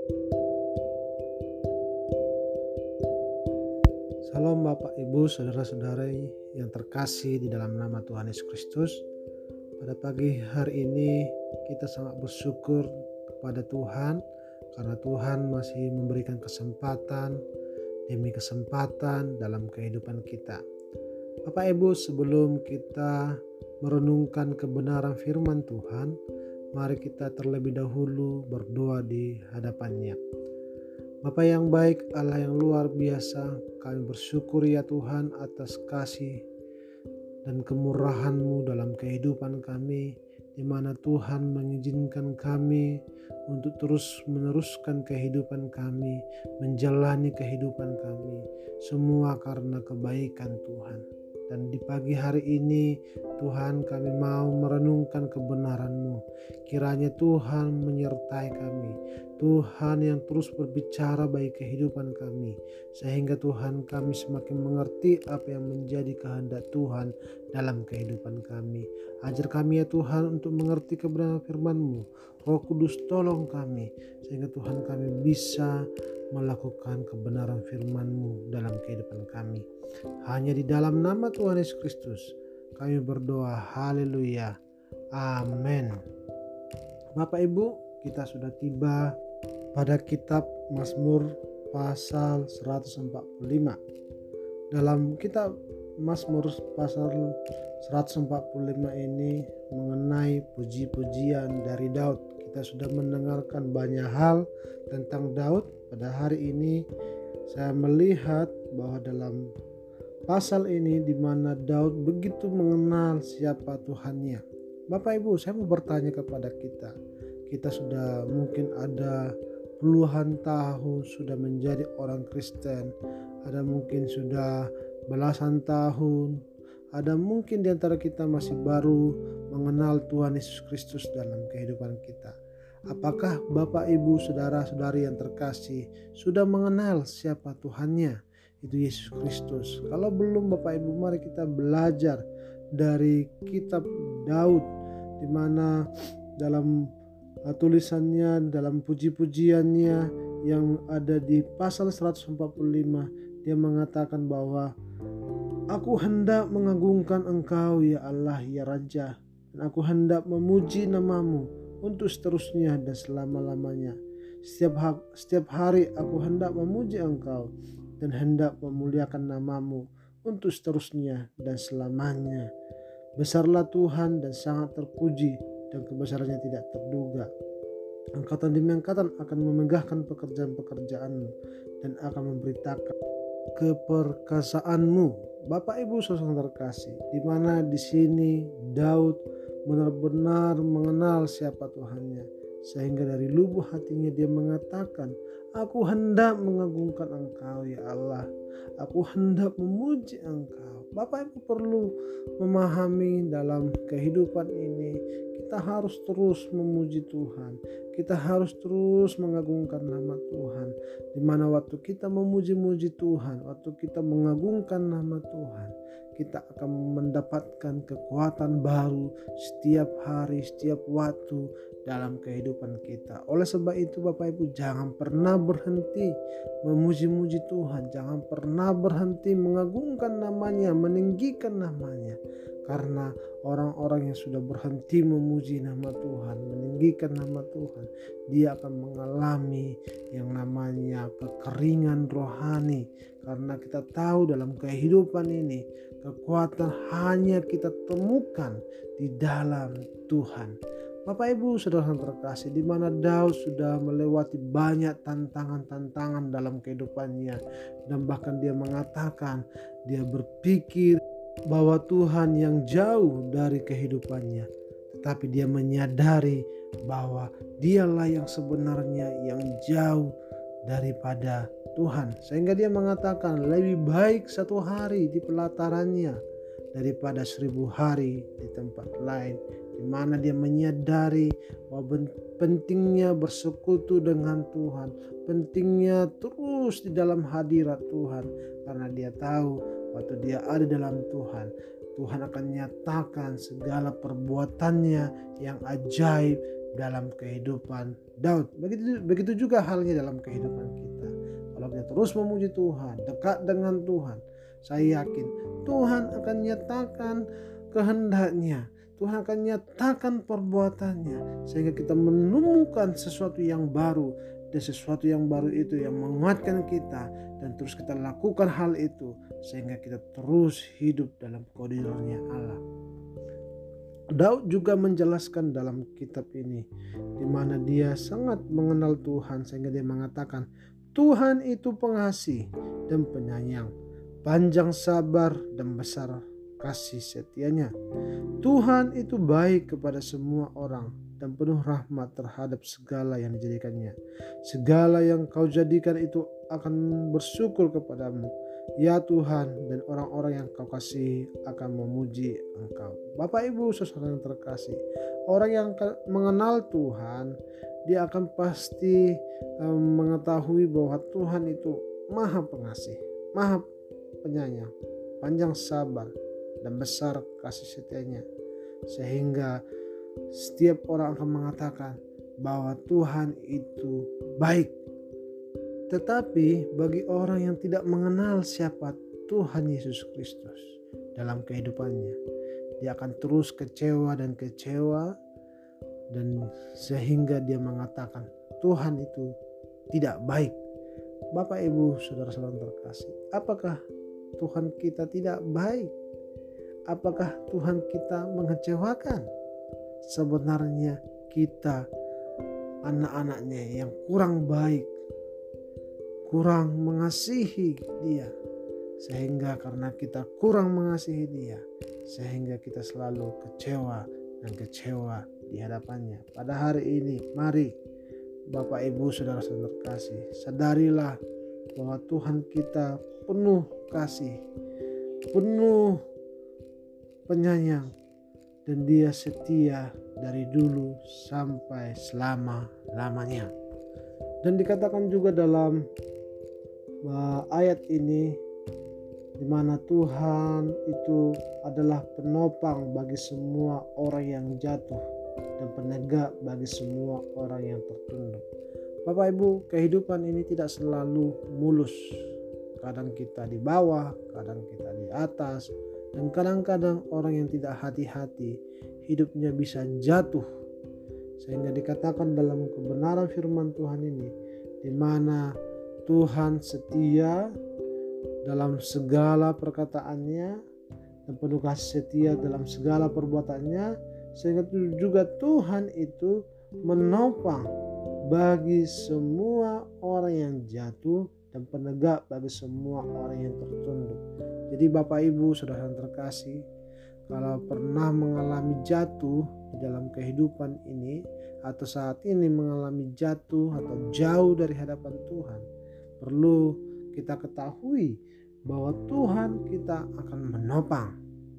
Salam Bapak Ibu saudara-saudari yang terkasih di dalam nama Tuhan Yesus Kristus. Pada pagi hari ini kita sangat bersyukur kepada Tuhan karena Tuhan masih memberikan kesempatan demi kesempatan dalam kehidupan kita. Bapak Ibu, sebelum kita merenungkan kebenaran firman Tuhan, mari kita terlebih dahulu berdoa di hadapannya. Bapa yang baik, Allah yang luar biasa, kami bersyukur ya Tuhan atas kasih dan kemurahan-Mu dalam kehidupan kami, di mana Tuhan mengizinkan kami untuk terus meneruskan kehidupan kami, menjalani kehidupan kami, semua karena kebaikan Tuhan. Dan di pagi hari ini Tuhan, kami mau merenungkan kebenaran-Mu. Kiranya Tuhan menyertai kami, Tuhan yang terus berbicara bagi kehidupan kami, sehingga Tuhan kami semakin mengerti apa yang menjadi kehendak Tuhan dalam kehidupan kami. Ajar kami ya Tuhan untuk mengerti kebenaran firman-Mu. Roh Kudus tolong kami, sehingga Tuhan kami bisa melakukan kebenaran firman-Mu dalam kehidupan kami. Hanya di dalam nama Tuhan Yesus Kristus kami berdoa, haleluya, amin. Bapak Ibu, kita sudah tiba pada kitab Mazmur pasal 145. Dalam kitab Mazmur pasal 145 ini mengenai puji-pujian dari Daud. Kita sudah mendengarkan banyak hal tentang Daud. Pada hari ini saya melihat bahwa dalam pasal ini di mana Daud begitu mengenal siapa Tuhannya. Bapak Ibu, saya mau bertanya kepada kita. Kita sudah mungkin ada puluhan tahun sudah menjadi orang Kristen. Ada mungkin sudah belasan tahun. Ada mungkin di antara kita masih baru mengenal Tuhan Yesus Kristus dalam kehidupan kita. Apakah Bapak Ibu saudara-saudari yang terkasih sudah mengenal siapa Tuhannya? Itu Yesus Kristus. Kalau belum Bapak Ibu, mari kita belajar dari kitab Daud, di mana dalam tulisannya, dalam puji-pujiannya yang ada di pasal 145, dia mengatakan bahwa aku hendak mengagungkan Engkau ya Allah ya Raja, dan aku hendak memuji nama-Mu untuk seterusnya dan selama-lamanya. Setiap hari aku hendak memuji Engkau dan hendak memuliakan nama-Mu untuk seterusnya dan selamanya. Besarlah Tuhan dan sangat terpuji, dan kebesarannya tidak terduga. Angkatan-demi-angkatan akan memegahkan pekerjaan-pekerjaan-Mu dan akan memberitakan keperkasaanmu. Bapak Ibu saudara terkasih, di mana di sini Daud benar-benar mengenal siapa Tuhannya, sehingga dari lubuk hatinya dia mengatakan, aku hendak mengagungkan Engkau ya Allah, aku hendak memuji Engkau. Bapak Ibu perlu memahami dalam kehidupan ini kita harus terus memuji Tuhan. Kita harus terus mengagungkan nama Tuhan. Di mana waktu kita memuji-muji Tuhan, waktu kita mengagungkan nama Tuhan, kita akan mendapatkan kekuatan baru setiap hari, setiap waktu dalam kehidupan kita. Oleh sebab itu Bapak Ibu, jangan pernah berhenti memuji-muji Tuhan. Jangan pernah berhenti mengagungkan namanya, meninggikan namanya. Karena orang-orang yang sudah berhenti memuji nama Tuhan, meninggikan nama Tuhan, dia akan mengalami yang namanya kekeringan rohani. Karena kita tahu dalam kehidupan ini kekuatan hanya kita temukan di dalam Tuhan. Bapak Ibu saudara terkasih, di mana Daud sudah melewati banyak tantangan-tantangan dalam kehidupannya, dan bahkan dia mengatakan dia berpikir bahwa Tuhan yang jauh dari kehidupannya, tetapi dia menyadari bahwa dialah yang sebenarnya yang jauh daripada Tuhan, sehingga dia mengatakan lebih baik satu hari di pelatarannya daripada 1000 hari di tempat lain, di mana dia menyadari bahwa pentingnya bersekutu dengan Tuhan, pentingnya terus di dalam hadirat Tuhan, karena dia tahu waktu dia ada dalam Tuhan, Tuhan akan nyatakan segala perbuatannya yang ajaib dalam kehidupan Daud. Begitu juga halnya dalam kehidupan kita. Kalau kita terus memuji Tuhan, dekat dengan Tuhan, saya yakin Tuhan akan nyatakan kehendaknya. Tuhan akan nyatakan perbuatannya sehingga kita menemukan sesuatu yang baru, dan sesuatu yang baru itu yang menguatkan kita, dan terus kita lakukan hal itu sehingga kita terus hidup dalam koridornya Allah. Daud juga menjelaskan dalam kitab ini di mana dia sangat mengenal Tuhan sehingga dia mengatakan, Tuhan itu pengasih dan penyayang, panjang sabar dan besar kasih setianya. Tuhan itu baik kepada semua orang dan penuh rahmat terhadap segala yang dijadikannya. Segala yang kau jadikan itu akan bersyukur kepadamu, ya Tuhan, dan orang-orang yang kau kasihi akan memuji Engkau. Bapak Ibu saudara yang terkasih, orang yang mengenal Tuhan, dia akan pasti mengetahui bahwa Tuhan itu maha pengasih, maha penyayang, panjang sabar, dan besar kasih setianya. Sehingga setiap orang akan mengatakan bahwa Tuhan itu baik. Tetapi bagi orang yang tidak mengenal siapa Tuhan Yesus Kristus dalam kehidupannya, dia akan terus kecewa dan sehingga dia mengatakan Tuhan itu tidak baik. Bapak Ibu saudara-saudara terkasih, apakah Tuhan kita tidak baik? Apakah Tuhan kita mengecewakan? Sebenarnya kita anak-anaknya yang kurang baik, kurang mengasihi Dia, sehingga karena kita kurang mengasihi Dia, sehingga kita selalu kecewa di hadapannya. Pada hari ini, mari Bapak Ibu saudara-saudara terkasih, sadarilah bahwa Tuhan kita penuh kasih, penuh penyayang, dan Dia setia dari dulu sampai selama-lamanya. Dan dikatakan juga dalam ayat ini di mana Tuhan itu adalah penopang bagi semua orang yang jatuh dan penegak bagi semua orang yang tertunduk. Bapak Ibu, kehidupan ini tidak selalu mulus. Kadang kita di bawah, kadang kita di atas, dan kadang-kadang orang yang tidak hati-hati hidupnya bisa jatuh. Sehingga dikatakan dalam kebenaran firman Tuhan ini, di mana Tuhan setia dalam segala perkataannya dan penuh kasih setia dalam segala perbuatannya, sehingga juga Tuhan itu menopang bagi semua orang yang jatuh dan penegak bagi semua orang yang tertunduk. Jadi Bapak Ibu saudara yang terkasih, kalau pernah mengalami jatuh di dalam kehidupan ini, atau saat ini mengalami jatuh atau jauh dari hadapan Tuhan, perlu kita ketahui bahwa Tuhan kita akan menopang,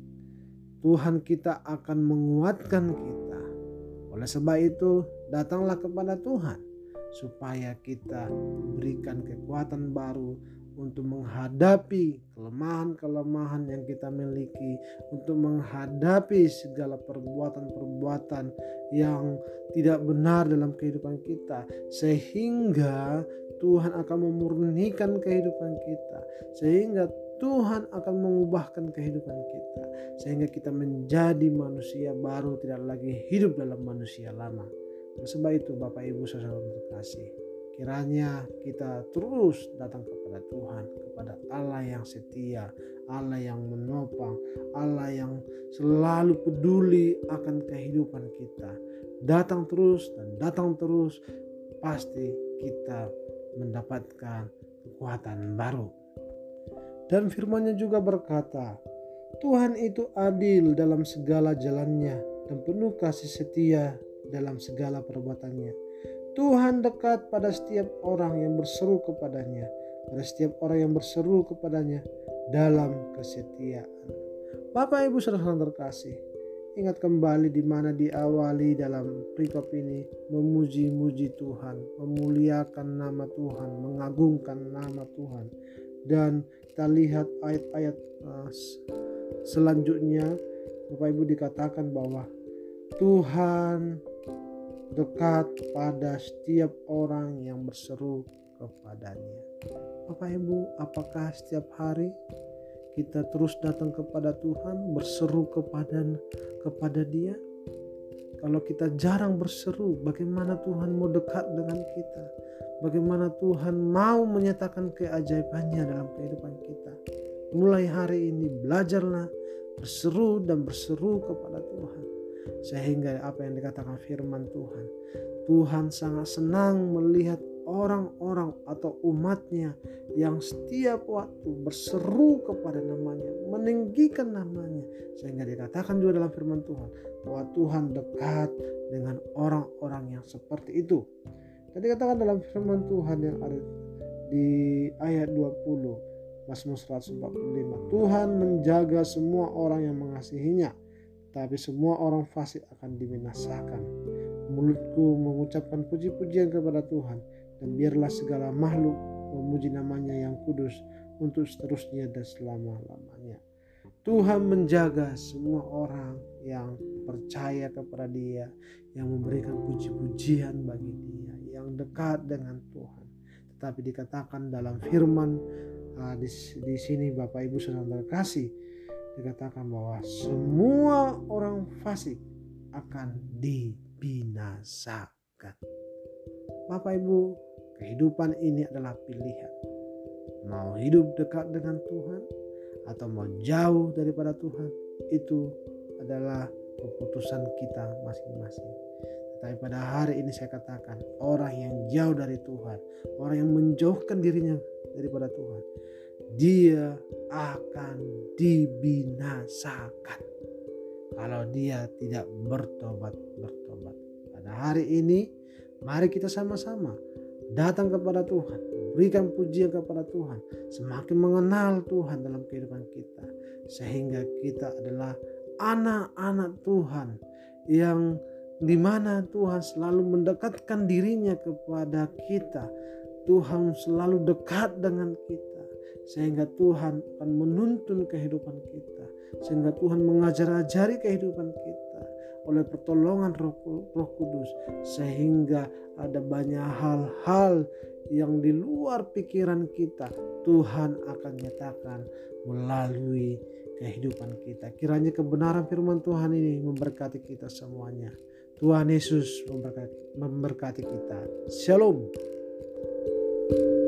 Tuhan kita akan menguatkan kita. Oleh sebab itu, datanglah kepada Tuhan supaya kita diberikan kekuatan baru untuk menghadapi kelemahan-kelemahan yang kita miliki, untuk menghadapi segala perbuatan-perbuatan yang tidak benar dalam kehidupan kita, sehingga Tuhan akan memurnikan kehidupan kita, sehingga Tuhan akan mengubahkan kehidupan kita, sehingga kita menjadi manusia baru, tidak lagi hidup dalam manusia lama. Sebab itu Bapak Ibu saudara terkasih, kiranya kita terus datang kepada Tuhan, kepada Allah yang setia, Allah yang menopang, Allah yang selalu peduli akan kehidupan kita. Datang terus dan datang terus, pasti kita mendapatkan kekuatan baru. Dan firman-Nya juga berkata, Tuhan itu adil dalam segala jalannya dan penuh kasih setia dalam segala perbuatannya. Tuhan dekat pada setiap orang yang berseru kepadanya, pada setiap orang yang berseru kepadanya dalam kesetiaan. Bapak Ibu saudara terkasih, ingat kembali di mana diawali dalam perikop ini, memuji-muji Tuhan, memuliakan nama Tuhan, mengagungkan nama Tuhan. Dan kita lihat ayat-ayat selanjutnya, Bapak Ibu, dikatakan bahwa Tuhan dekat pada setiap orang yang berseru kepadanya. Bapak Ibu, apakah setiap hari kita terus datang kepada Tuhan, berseru kepada Dia? Kalau kita jarang berseru, bagaimana Tuhan mau dekat dengan kita? Bagaimana Tuhan mau menyatakan keajaibannya dalam kehidupan kita? Mulai hari ini belajarlah berseru dan berseru kepada Tuhan. Sehingga apa yang dikatakan firman Tuhan, Tuhan sangat senang melihat orang-orang atau umatnya yang setiap waktu berseru kepada namanya, meninggikan namanya. Sehingga dikatakan juga dalam firman Tuhan bahwa Tuhan dekat dengan orang-orang yang seperti itu. Dan dikatakan dalam firman Tuhan yang ada di ayat 20 Mazmur 145, Tuhan menjaga semua orang yang mengasihinya, tapi semua orang fasik akan dibinasakan. Mulutku mengucapkan puji-pujian kepada Tuhan, dan biarlah segala makhluk memuji namanya yang kudus untuk seterusnya dan selama-lamanya. Tuhan menjaga semua orang yang percaya kepada Dia, yang memberikan puji-pujian bagi Dia, yang dekat dengan Tuhan. Tetapi dikatakan dalam firman di sini Bapak Ibu Saudara terkasih, dikatakan bahwa semua orang fasik akan dibinasakan. Bapak Ibu, kehidupan ini adalah pilihan. Mau hidup dekat dengan Tuhan atau mau jauh daripada Tuhan, itu adalah keputusan kita masing-masing. Tetapi pada hari ini saya katakan, orang yang jauh dari Tuhan, orang yang menjauhkan dirinya daripada Tuhan, dia akan dibinasakan kalau dia tidak bertobat. Pada hari ini mari kita sama-sama datang kepada Tuhan, berikan pujian kepada Tuhan, semakin mengenal Tuhan dalam kehidupan kita, sehingga kita adalah anak-anak Tuhan yang dimana Tuhan selalu mendekatkan dirinya kepada kita. Tuhan selalu dekat dengan kita, sehingga Tuhan akan menuntun kehidupan kita, sehingga Tuhan mengajar-ajari kehidupan kita oleh pertolongan Roh Kudus, sehingga ada banyak hal-hal yang di luar pikiran kita Tuhan akan nyatakan melalui kehidupan kita. Kiranya kebenaran firman Tuhan ini memberkati kita semuanya. Tuhan Yesus memberkati kita. Shalom.